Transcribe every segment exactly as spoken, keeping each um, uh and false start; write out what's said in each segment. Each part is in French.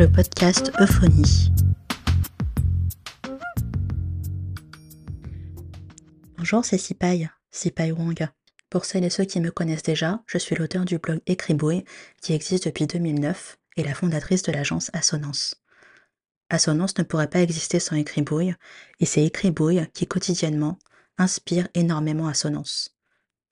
le podcast Euphonie. Bonjour, c'est Sipai, Sipai Wang. Pour celles et ceux qui me connaissent déjà, je suis l'auteur du blog Écribouille, qui existe depuis deux mille neuf, et la fondatrice de l'agence Assonance. Assonance ne pourrait pas exister sans Écribouille, et c'est Écribouille qui quotidiennement inspire énormément Assonance. Pourquoi ?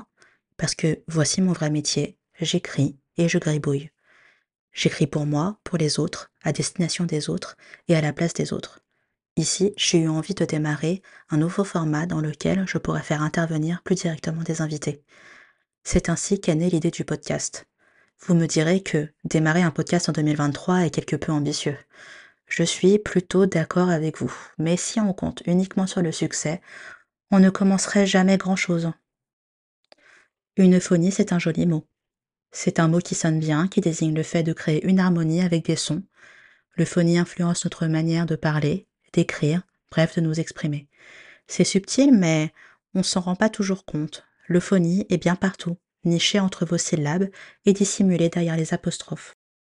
Parce que voici mon vrai métier, j'écris et je gribouille. J'écris pour moi, pour les autres, à destination des autres et à la place des autres. Ici, j'ai eu envie de démarrer un nouveau format dans lequel je pourrais faire intervenir plus directement des invités. C'est ainsi qu'est née l'idée du podcast. Vous me direz que démarrer un podcast en deux mille vingt-trois est quelque peu ambitieux. Je suis plutôt d'accord avec vous, mais si on compte uniquement sur le succès, on ne commencerait jamais grand-chose. Une euphonie, c'est un joli mot. C'est un mot qui sonne bien, qui désigne le fait de créer une harmonie avec des sons. L'euphonie influence notre manière de parler, d'écrire, bref de nous exprimer. C'est subtil, mais on s'en rend pas toujours compte. L'euphonie est bien partout, nichée entre vos syllabes et dissimulée derrière les apostrophes.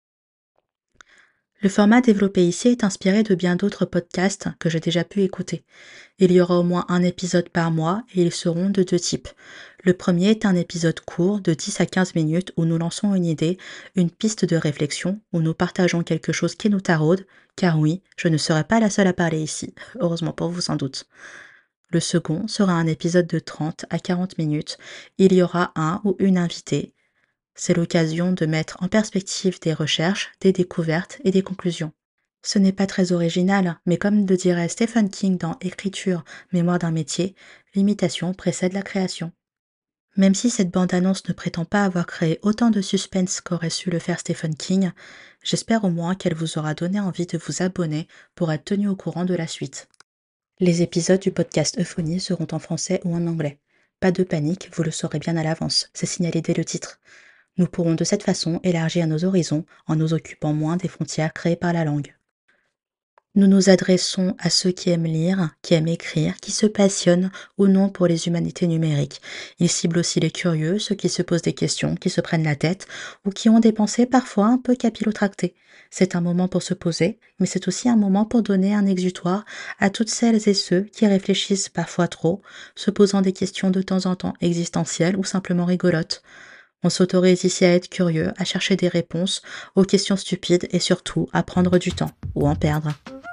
Le format développé ici est inspiré de bien d'autres podcasts que j'ai déjà pu écouter. Il y aura au moins un épisode par mois et ils seront de deux types. Le premier est un épisode court de dix à quinze minutes où nous lançons une idée, une piste de réflexion, où nous partageons quelque chose qui nous taraude, car oui, je ne serai pas la seule à parler ici, heureusement pour vous sans doute. Le second sera un épisode de trente à quarante minutes, il y aura un ou une invitée. C'est l'occasion de mettre en perspective des recherches, des découvertes et des conclusions. Ce n'est pas très original, mais comme le dirait Stephen King dans Écriture, mémoire d'un métier, l'imitation précède la création. Même si cette bande-annonce ne prétend pas avoir créé autant de suspense qu'aurait su le faire Stephen King, j'espère au moins qu'elle vous aura donné envie de vous abonner pour être tenu au courant de la suite. Les épisodes du podcast Euphonie seront en français ou en anglais. Pas de panique, vous le saurez bien à l'avance, c'est signalé dès le titre. Nous pourrons de cette façon élargir nos horizons en nous occupant moins des frontières créées par la langue. Nous nous adressons à ceux qui aiment lire, qui aiment écrire, qui se passionnent ou non pour les humanités numériques. Ils ciblent aussi les curieux, ceux qui se posent des questions, qui se prennent la tête ou qui ont des pensées parfois un peu capillotractées. C'est un moment pour se poser, mais c'est aussi un moment pour donner un exutoire à toutes celles et ceux qui réfléchissent parfois trop, se posant des questions de temps en temps existentielles ou simplement rigolotes. On s'autorise ici à être curieux, à chercher des réponses aux questions stupides et surtout à prendre du temps, ou en perdre.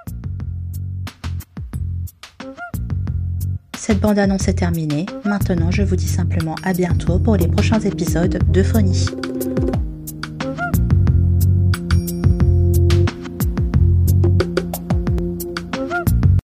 Cette bande-annonce est terminée, maintenant je vous dis simplement à bientôt pour les prochains épisodes d'Euphonie.